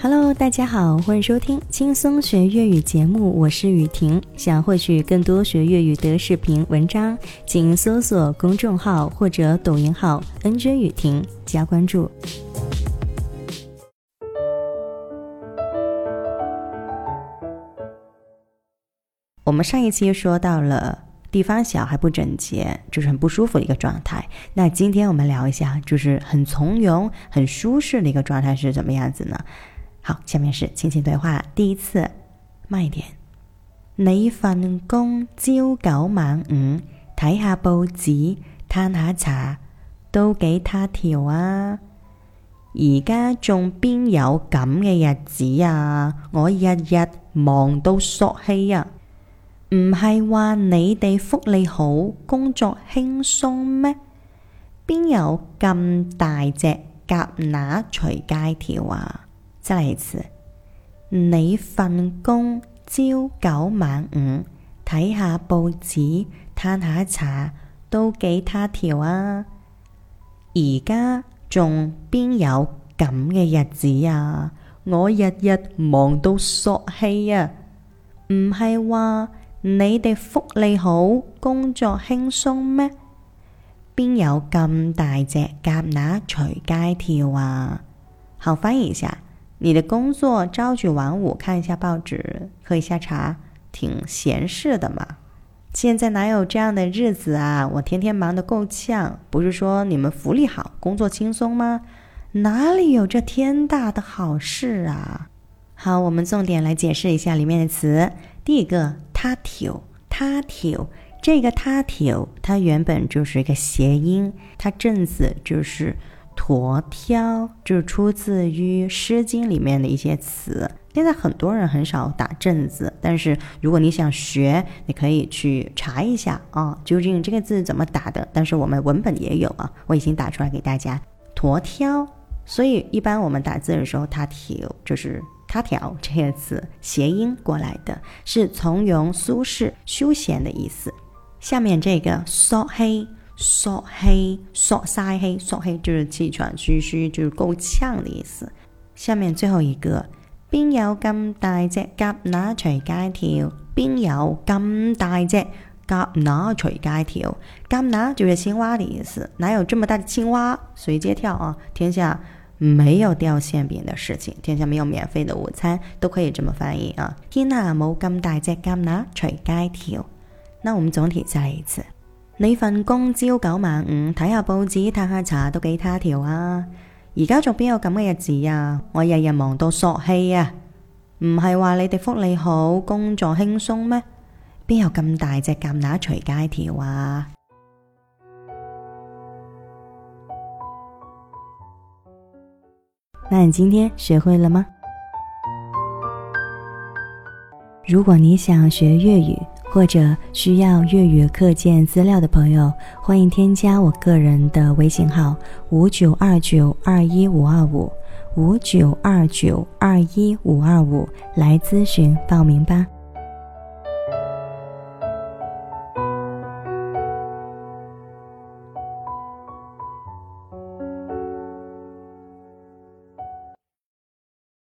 Hello， 大家好，欢迎收听轻松学粤语节目，我是雨婷。想获取更多学粤语的视频文章，请搜索公众号或者抖音号 NJ 雨婷加关注。我们上一期说到了地方小还不整洁，就是很不舒服的一个状态。那今天我们聊一下，就是很从容、很舒适的一个状态是怎么样子呢？好，下面是情景对话。第一次，慢一點。你份工朝9晚5，睇下報紙，嘆下茶，都幾他條啊！而家仲邊有咁嘅日子啊？我日日忙到索氣啊！唔係話你哋福利好，工作輕鬆咩？邊有咁大隻蛤乸隨街跳啊？再來一次，你份工朝9晚5，睇下報紙，嘆下茶，都幾他條啊！而家仲邊有咁嘅日子啊？我日日忙到索氣啊！唔係話你哋福利好，工作輕鬆咩？邊有咁大隻蛤乸隨街跳啊？好，翻譯一下。你的工作朝9晚5，看一下報紙，喝一下茶，挺閒適的嘛。現在哪有這樣的日子啊？我天天忙得夠嗆，不是說你們福利好，工作輕鬆嗎？哪裡有這天大的好事啊？好，我們重點來解釋一下裡面的詞。第一個，他條，這個他條，它原本就是一個諧音，它正字就是砣挑，就是出自於《詩經》裡面的一些詞。現在很多人很少打正字，但是如果你想學，你可以去查一下啊，究竟這個字怎麼打的。但是我們文本也有啊，我已經打出來給大家。砣挑，所以一般我們打字的時候，他條就是他條這個詞諧音過來的，是從容、舒適、休閒的意思。下面這個索氣，索晒氣，索氣就是氣喘吁吁，就是夠嗆的意思。下面最後一個，邊有咁大隻蛤乸隨街跳？邊有咁大隻蛤乸隨街跳？蛤乸就是青蛙的意思，哪有這麼大的青蛙隨街跳啊？天下沒有掉餡餅的事情，天下沒有免費的午餐，都可以這麼翻譯啊。天下冇咁大隻蛤乸隨街跳。那我們總體再來一次。你份工朝9晚5，睇下報紙，嘆下茶，都幾他條啊！而家仲邊有咁嘅日子啊？我日日忙到索氣啊！唔係話你哋福利好，工作輕鬆咩？邊有咁大隻蛤乸隨街跳啊？那你今天學會了嗎？如果你想學粵語，或者需要粵語課件資料的朋友，歡迎添加我個人的微信號5929215525，59292155來諮詢報名吧。